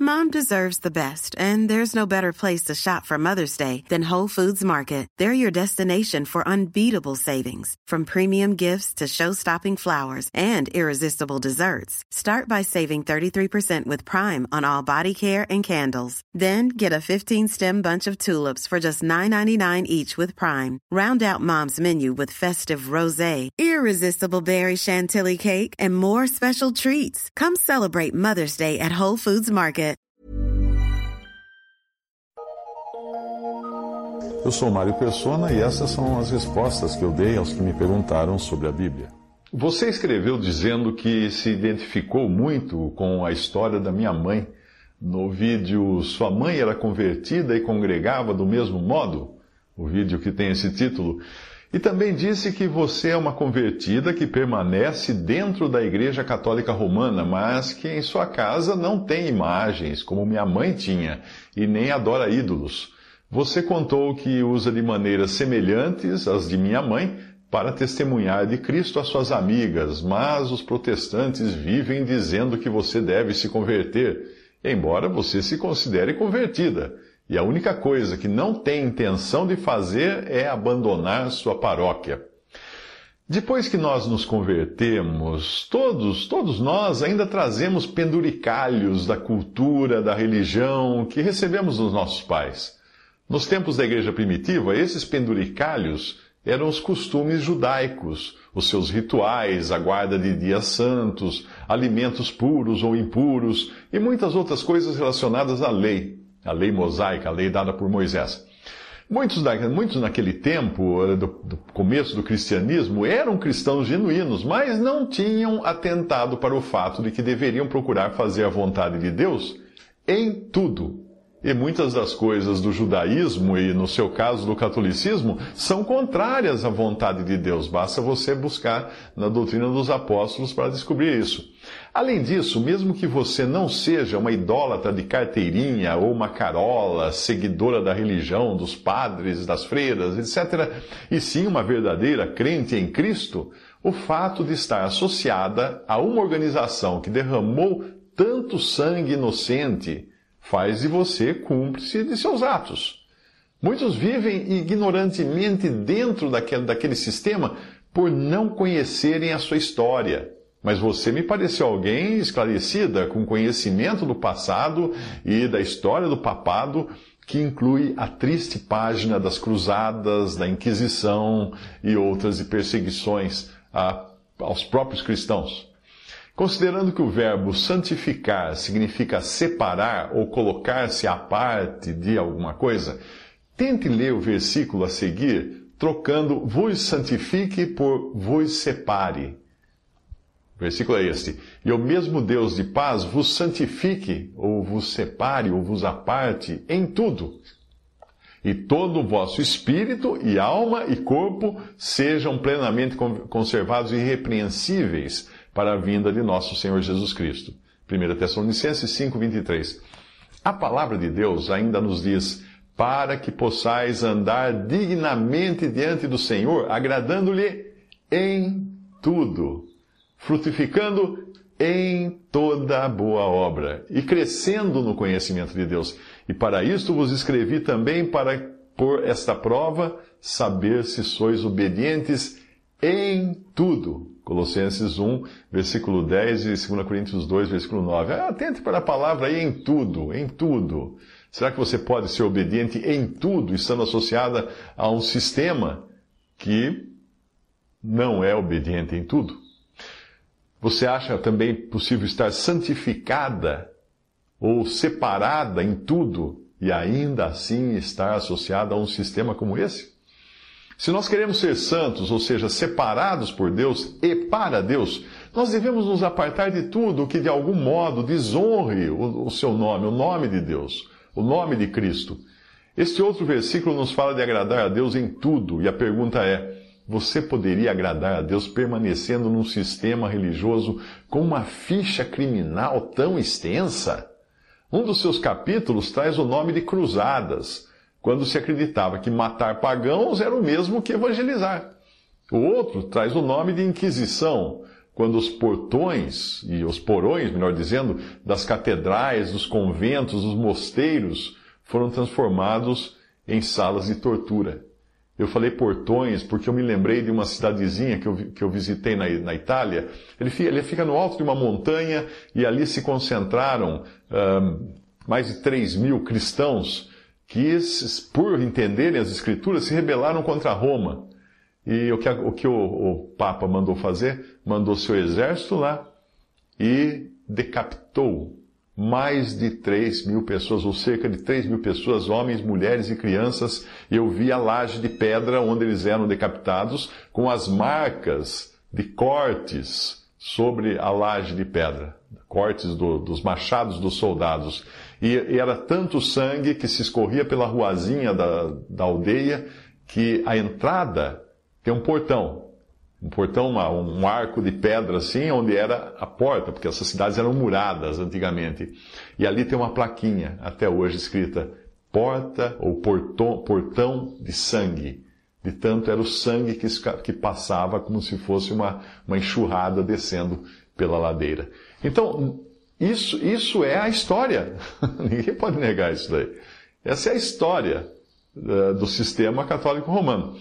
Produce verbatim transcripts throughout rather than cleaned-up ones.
Mom deserves the best, and there's no better place to shop for Mother's Day than Whole Foods Market. They're your destination for unbeatable savings, from premium gifts to show-stopping flowers and irresistible desserts. Start by saving thirty-three percent with Prime on all body care and candles. Then get a fifteen-stem bunch of tulips for just nine ninety-nine each with Prime. Round out Mom's menu with festive rosé, irresistible berry chantilly cake, and more special treats. Come celebrate Mother's Day at Whole Foods Market. Eu sou Mário Persona e essas são as respostas que eu dei aos que me perguntaram sobre a Bíblia. Você escreveu dizendo que se identificou muito com a história da minha mãe. No vídeo Sua Mãe Era Convertida e Congregava do Mesmo Modo, o vídeo que tem esse título, e também disse que você é uma convertida que permanece dentro da Igreja Católica Romana, mas que em sua casa não tem imagens, como minha mãe tinha, e nem adora ídolos. Você contou que usa de maneiras semelhantes às de minha mãe para testemunhar de Cristo às suas amigas, mas os protestantes vivem dizendo que você deve se converter, embora você se considere convertida. E a única coisa que não tem intenção de fazer é abandonar sua paróquia. Depois que nós nos convertemos, todos, todos nós ainda trazemos penduricalhos da cultura, da religião que recebemos dos nossos pais. Nos tempos da igreja primitiva, esses penduricalhos eram os costumes judaicos, os seus rituais, a guarda de dias santos, alimentos puros ou impuros e muitas outras coisas relacionadas à lei, a lei mosaica, a lei dada por Moisés. Muitos, da, muitos naquele tempo, do, do começo do cristianismo, eram cristãos genuínos, mas não tinham atentado para o fato de que deveriam procurar fazer a vontade de Deus em tudo. E muitas das coisas do judaísmo e, no seu caso, do catolicismo, são contrárias à vontade de Deus. Basta você buscar na doutrina dos apóstolos para descobrir isso. Além disso, mesmo que você não seja uma idólatra de carteirinha ou uma carola, seguidora da religião, dos padres, das freiras, etcétera, e sim uma verdadeira crente em Cristo, o fato de estar associada a uma organização que derramou tanto sangue inocente faz de você cúmplice de seus atos. Muitos vivem ignorantemente dentro daquele, daquele sistema por não conhecerem a sua história. Mas você me pareceu alguém esclarecida, com conhecimento do passado e da história do papado, que inclui a triste página das cruzadas, da Inquisição e outras perseguições a, aos próprios cristãos. Considerando que o verbo santificar significa separar ou colocar-se à parte de alguma coisa, tente ler o versículo a seguir, trocando vos santifique por vos separe. O versículo é este: e o mesmo Deus de paz vos santifique, ou vos separe, ou vos aparte em tudo. E todo o vosso espírito, e alma, e corpo sejam plenamente conservados irrepreensíveis para a vinda de nosso Senhor Jesus Cristo. primeira Tessalonicenses cinco, vinte e três. A palavra de Deus ainda nos diz: para que possais andar dignamente diante do Senhor, agradando-lhe em tudo, frutificando em toda boa obra e crescendo no conhecimento de Deus. E para isto vos escrevi também, para, por esta prova, saber se sois obedientes em tudo. Colossenses um, versículo dez e dois Coríntios dois, versículo nove. Atente para a palavra aí, em tudo, em tudo. Será que você pode ser obediente em tudo, estando associada a um sistema que não é obediente em tudo? Você acha também possível estar santificada ou separada em tudo e ainda assim estar associada a um sistema como esse? Se nós queremos ser santos, ou seja, separados por Deus e para Deus, nós devemos nos apartar de tudo que de algum modo desonre o, o seu nome, o nome de Deus, o nome de Cristo. Este outro versículo nos fala de agradar a Deus em tudo, e a pergunta é: você poderia agradar a Deus permanecendo num sistema religioso com uma ficha criminal tão extensa? Um dos seus capítulos traz o nome de cruzadas, quando se acreditava que matar pagãos era o mesmo que evangelizar. O outro traz o nome de Inquisição, quando os portões, e os porões, melhor dizendo, das catedrais, dos conventos, dos mosteiros, foram transformados em salas de tortura. Eu falei portões porque eu me lembrei de uma cidadezinha que eu, que eu visitei na, na Itália. Ele fica, ele fica no alto de uma montanha e ali se concentraram uh, mais de três mil cristãos que, por entenderem as Escrituras, se rebelaram contra Roma. E o que, o, que o, o Papa mandou fazer? Mandou seu exército lá e decapitou mais de três mil pessoas, ou cerca de três mil pessoas, homens, mulheres e crianças. Eu vi a laje de pedra onde eles eram decapitados, com as marcas de cortes sobre a laje de pedra, cortes do, dos machados dos soldados. E, e era tanto sangue que se escorria pela ruazinha da, da aldeia, que a entrada tem um portão. Um portão, uma, um arco de pedra assim, onde era a porta, porque essas cidades eram muradas antigamente. E ali tem uma plaquinha, até hoje, escrita, porta ou portão, portão de sangue. De tanto era o sangue que, que passava como se fosse uma, uma enxurrada descendo pela ladeira. Então, isso, isso é a história. Ninguém pode negar isso daí. Essa é a história uh, do sistema católico romano.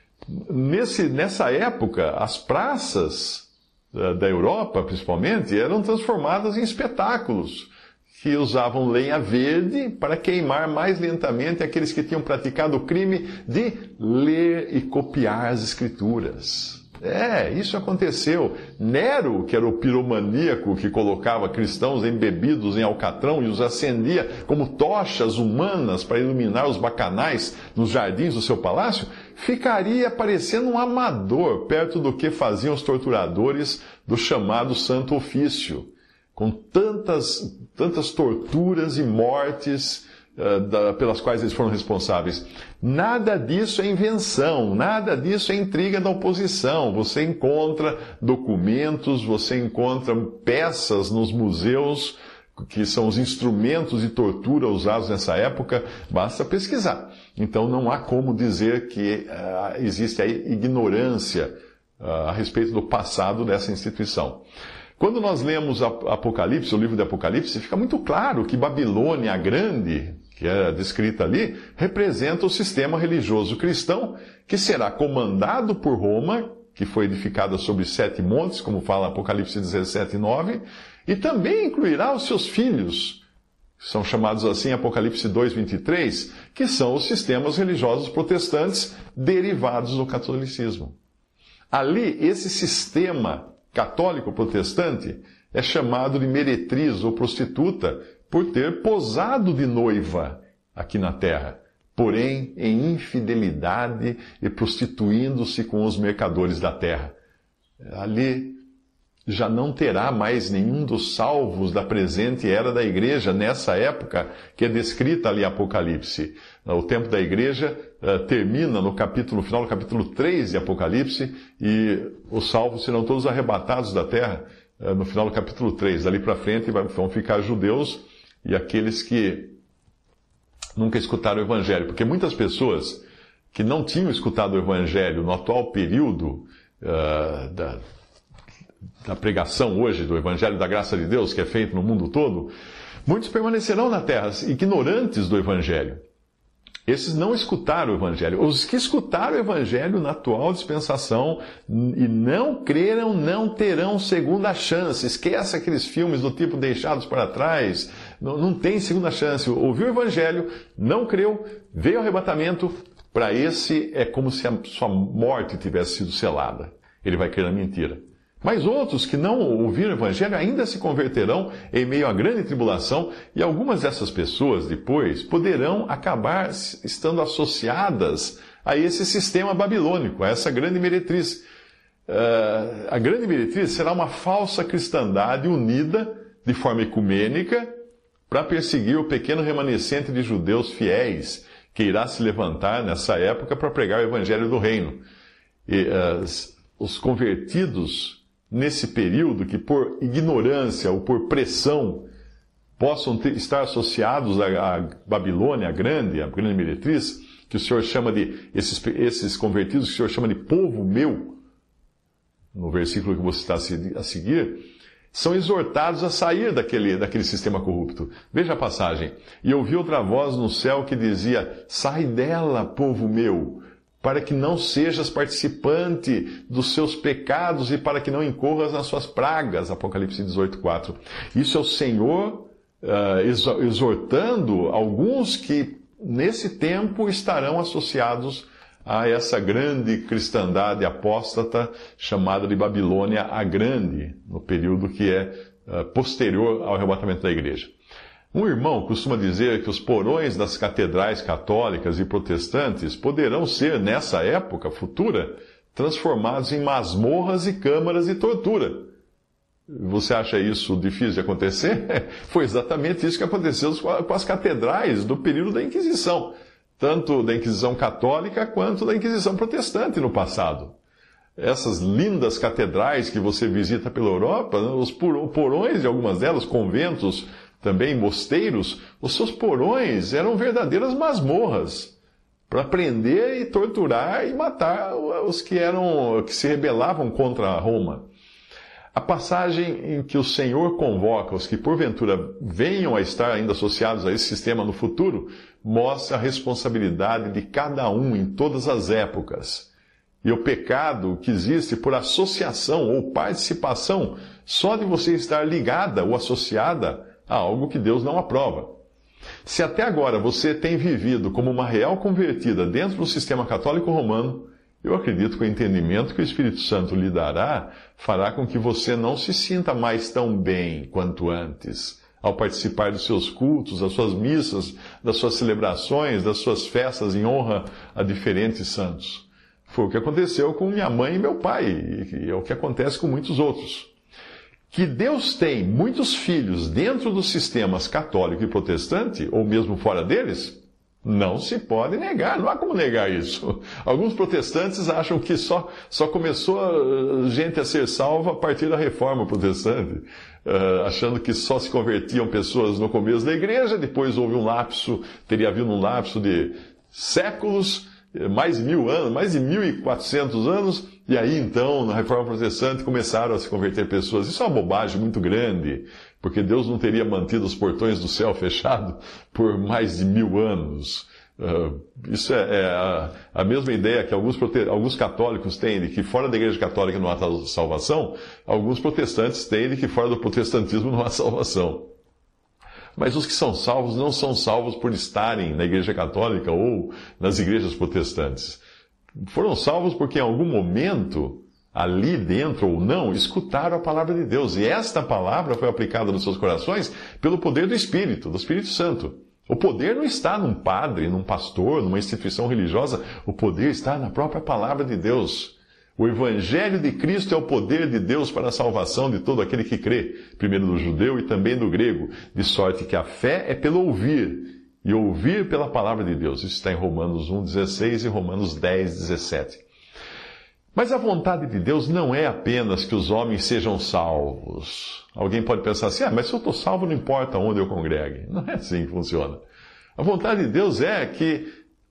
Nesse, nessa época, as praças uh, da Europa, principalmente, eram transformadas em espetáculos que usavam lenha verde para queimar mais lentamente aqueles que tinham praticado o crime de ler e copiar as Escrituras. É, isso aconteceu. Nero, que era o piromaníaco que colocava cristãos embebidos em alcatrão e os acendia como tochas humanas para iluminar os bacanais nos jardins do seu palácio, ficaria parecendo um amador perto do que faziam os torturadores do chamado Santo Ofício, com tantas, tantas torturas e mortes uh, da, pelas quais eles foram responsáveis. Nada disso é invenção, nada disso é intriga da oposição. Você encontra documentos, você encontra peças nos museus, que são os instrumentos de tortura usados nessa época, basta pesquisar. Então não há como dizer que uh, existe aí ignorância uh, a respeito do passado dessa instituição. Quando nós lemos Apocalipse, o livro de Apocalipse, fica muito claro que Babilônia a Grande, que é descrita ali, representa o sistema religioso cristão que será comandado por Roma, que foi edificada sobre sete montes, como fala Apocalipse dezessete, nove, e também incluirá os seus filhos, são chamados assim Apocalipse dois, vinte e três, que são os sistemas religiosos protestantes derivados do catolicismo. Ali, esse sistema católico protestante é chamado de meretriz ou prostituta por ter posado de noiva aqui na terra, porém em infidelidade e prostituindo-se com os mercadores da terra. Ali já não terá mais nenhum dos salvos da presente era da igreja nessa época que é descrita ali em Apocalipse. O tempo da igreja uh, termina no capítulo, no final do capítulo três de Apocalipse, e os salvos serão todos arrebatados da terra uh, no final do capítulo três. Dali para frente vão ficar judeus e aqueles que nunca escutaram o evangelho, porque muitas pessoas que não tinham escutado o evangelho no atual período uh, da da pregação hoje do Evangelho da Graça de Deus, que é feito no mundo todo, muitos permanecerão na terra, ignorantes do Evangelho. Esses não escutaram o Evangelho. Os que escutaram o Evangelho na atual dispensação e não creram, não terão segunda chance. Esquece aqueles filmes do tipo Deixados para Trás. Não, não tem segunda chance. Ouviu o Evangelho, não creu, veio o arrebatamento. Para esse é como se a sua morte tivesse sido selada. Ele vai crer na mentira. Mas outros que não ouviram o Evangelho ainda se converterão em meio à grande tribulação, e algumas dessas pessoas depois poderão acabar estando associadas a esse sistema babilônico, a essa grande meretriz. Uh, a grande meretriz será uma falsa cristandade unida de forma ecumênica para perseguir o pequeno remanescente de judeus fiéis que irá se levantar nessa época para pregar o Evangelho do Reino. E uh, os convertidos nesse período, que por ignorância ou por pressão possam ter, estar associados à, à Babilônia, a grande, a grande meretriz, que o Senhor chama de, esses, esses convertidos, que o Senhor chama de povo meu, no versículo que você está a seguir, são exortados a sair daquele, daquele sistema corrupto. Veja a passagem. E ouvi outra voz no céu que dizia: sai dela, povo meu, para que não sejas participante dos seus pecados e para que não incorras nas suas pragas. Apocalipse dezoito, quatro. Isso é o Senhor uh, exortando alguns que nesse tempo estarão associados a essa grande cristandade apóstata chamada de Babilônia a Grande, no período que é uh, posterior ao arrebatamento da igreja. Um irmão costuma dizer que os porões das catedrais católicas e protestantes poderão ser, nessa época futura, transformados em masmorras e câmaras de tortura. Você acha isso difícil de acontecer? Foi exatamente isso que aconteceu com as catedrais do período da Inquisição, tanto da Inquisição católica quanto da Inquisição protestante no passado. Essas lindas catedrais que você visita pela Europa, os porões de algumas delas, conventos, também mosteiros, os seus porões eram verdadeiras masmorras para prender e torturar e matar os que eram que se rebelavam contra Roma. A passagem em que o Senhor convoca os que porventura venham a estar ainda associados a esse sistema no futuro mostra a responsabilidade de cada um em todas as épocas. E o pecado que existe por associação ou participação só de você estar ligada ou associada a algo que Deus não aprova. Se até agora você tem vivido como uma real convertida dentro do sistema católico romano, eu acredito que o entendimento que o Espírito Santo lhe dará fará com que você não se sinta mais tão bem quanto antes, ao participar dos seus cultos, das suas missas, das suas celebrações, das suas festas em honra a diferentes santos. Foi o que aconteceu com minha mãe e meu pai, e é o que acontece com muitos outros. Que Deus tem muitos filhos dentro dos sistemas católico e protestante, ou mesmo fora deles, não se pode negar, não há como negar isso. Alguns protestantes acham que só, só começou a gente a ser salva a partir da reforma protestante, uh, achando que só se convertiam pessoas no começo da igreja, depois houve um lapso, teria havido um lapso de séculos, mais de mil anos, mais de mil e quatrocentos anos, e aí então, na Reforma Protestante, começaram a se converter pessoas. Isso é uma bobagem muito grande, porque Deus não teria mantido os portões do céu fechados por mais de mil anos. Uh, isso é, é a, a mesma ideia que alguns, prote... alguns católicos têm de que fora da Igreja Católica não há salvação, alguns protestantes têm de que fora do protestantismo não há salvação. Mas os que são salvos não são salvos por estarem na Igreja Católica ou nas igrejas protestantes. Foram salvos porque em algum momento, ali dentro ou não, escutaram a palavra de Deus. E esta palavra foi aplicada nos seus corações pelo poder do Espírito, do Espírito Santo. O poder não está num padre, num pastor, numa instituição religiosa. O poder está na própria palavra de Deus. O Evangelho de Cristo é o poder de Deus para a salvação de todo aquele que crê, primeiro do judeu e também do grego, de sorte que a fé é pelo ouvir, e ouvir pela palavra de Deus. Isso está em Romanos um, dezesseis e Romanos dez, dezessete. Mas a vontade de Deus não é apenas que os homens sejam salvos. Alguém pode pensar assim, ah, mas se eu estou salvo não importa onde eu congregue. Não é assim que funciona. A vontade de Deus é que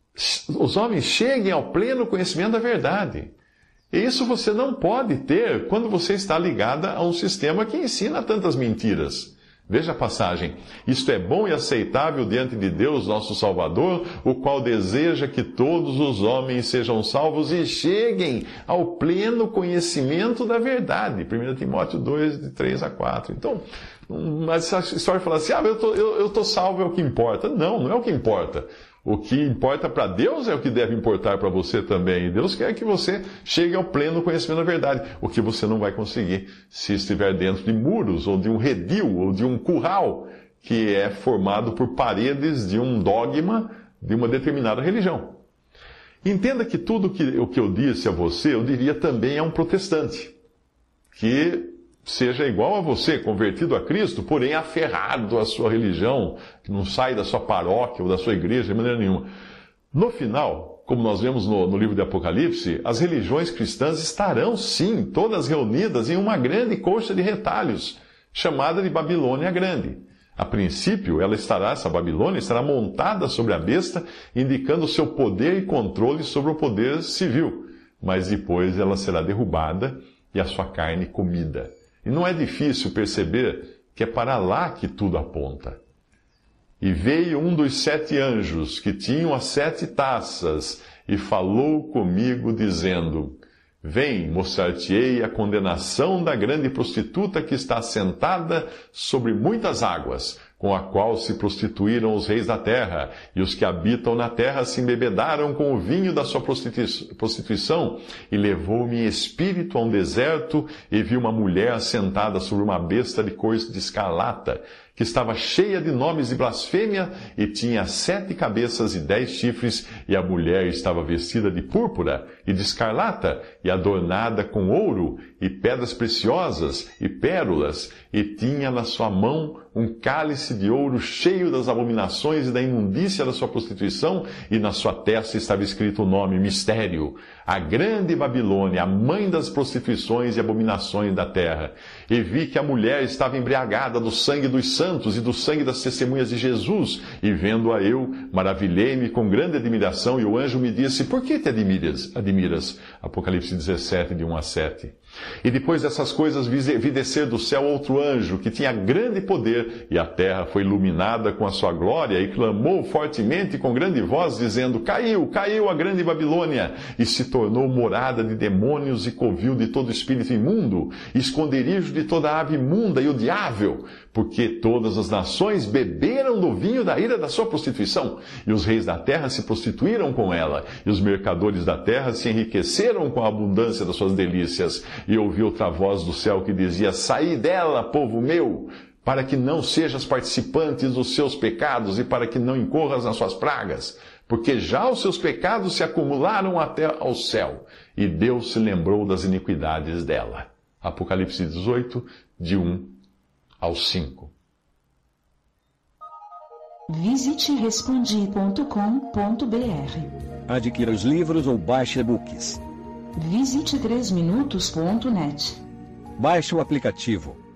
os homens cheguem ao pleno conhecimento da verdade. E isso você não pode ter quando você está ligada a um sistema que ensina tantas mentiras. Veja a passagem. Isto é bom e aceitável diante de Deus, nosso Salvador, o qual deseja que todos os homens sejam salvos e cheguem ao pleno conhecimento da verdade. primeiro Timóteo dois, de três a quatro. Então, mas essa história fala assim, ah, eu tô, eu, eu tô salvo, é o que importa. Não, não é o que importa. O que importa para Deus é o que deve importar para você também. E Deus quer que você chegue ao pleno conhecimento da verdade. O que você não vai conseguir se estiver dentro de muros, ou de um redil, ou de um curral, que é formado por paredes de um dogma de uma determinada religião. Entenda que tudo que, o que eu disse a você, eu diria também a um protestante, que seja igual a você, convertido a Cristo, porém aferrado à sua religião, que não sai da sua paróquia ou da sua igreja de maneira nenhuma. No final, como nós vemos no, no livro de Apocalipse, as religiões cristãs estarão, sim, todas reunidas em uma grande coxa de retalhos, chamada de Babilônia Grande. A princípio, ela estará, essa Babilônia, estará montada sobre a besta, indicando seu poder e controle sobre o poder civil. Mas depois ela será derrubada, e a sua carne comida. E não é difícil perceber que é para lá que tudo aponta. E veio um dos sete anjos, que tinham as sete taças, e falou comigo, dizendo: Vem, mostrar-te-ei a condenação da grande prostituta que está sentada sobre muitas águas, com a qual se prostituíram os reis da terra, e os que habitam na terra se embebedaram com o vinho da sua prostituição, e levou-me em espírito a um deserto, e vi uma mulher sentada sobre uma besta de cor de escarlata, que estava cheia de nomes de blasfêmia, e tinha sete cabeças e dez chifres, e a mulher estava vestida de púrpura e de escarlata, e adornada com ouro, e pedras preciosas, e pérolas, e tinha na sua mão um cálice de ouro cheio das abominações e da imundícia da sua prostituição, e na sua testa estava escrito o nome Mistério, a grande Babilônia, a mãe das prostituições e abominações da terra. E vi que a mulher estava embriagada do sangue dos santos e do sangue das testemunhas de Jesus, e vendo-a eu, maravilhei-me com grande admiração, e o anjo me disse: Por que te admiras? admiras? Apocalipse dezessete, de um a sete. E depois dessas coisas vi descer do céu outro anjo, que tinha grande poder, e a terra foi iluminada com a sua glória, e clamou fortemente com grande voz, dizendo: Caiu, caiu a grande Babilônia, e se tornou morada de demônios e covil de todo espírito imundo, esconderijo de toda ave imunda e odiável, porque todas as nações beberam do vinho da ira da sua prostituição, e os reis da terra se prostituíram com ela, e os mercadores da terra se enriqueceram com a abundância das suas delícias. E ouvi outra voz do céu que dizia: Saí dela, povo meu, para que não sejas participante dos seus pecados e para que não incorras nas suas pragas, porque já os seus pecados se acumularam até ao céu, e Deus se lembrou das iniquidades dela. Apocalipse dezoito, de um ao cinco. Visite respondi ponto com ponto br. Adquira os livros ou baixe e-books. Visite três minutos ponto net. Baixe o aplicativo.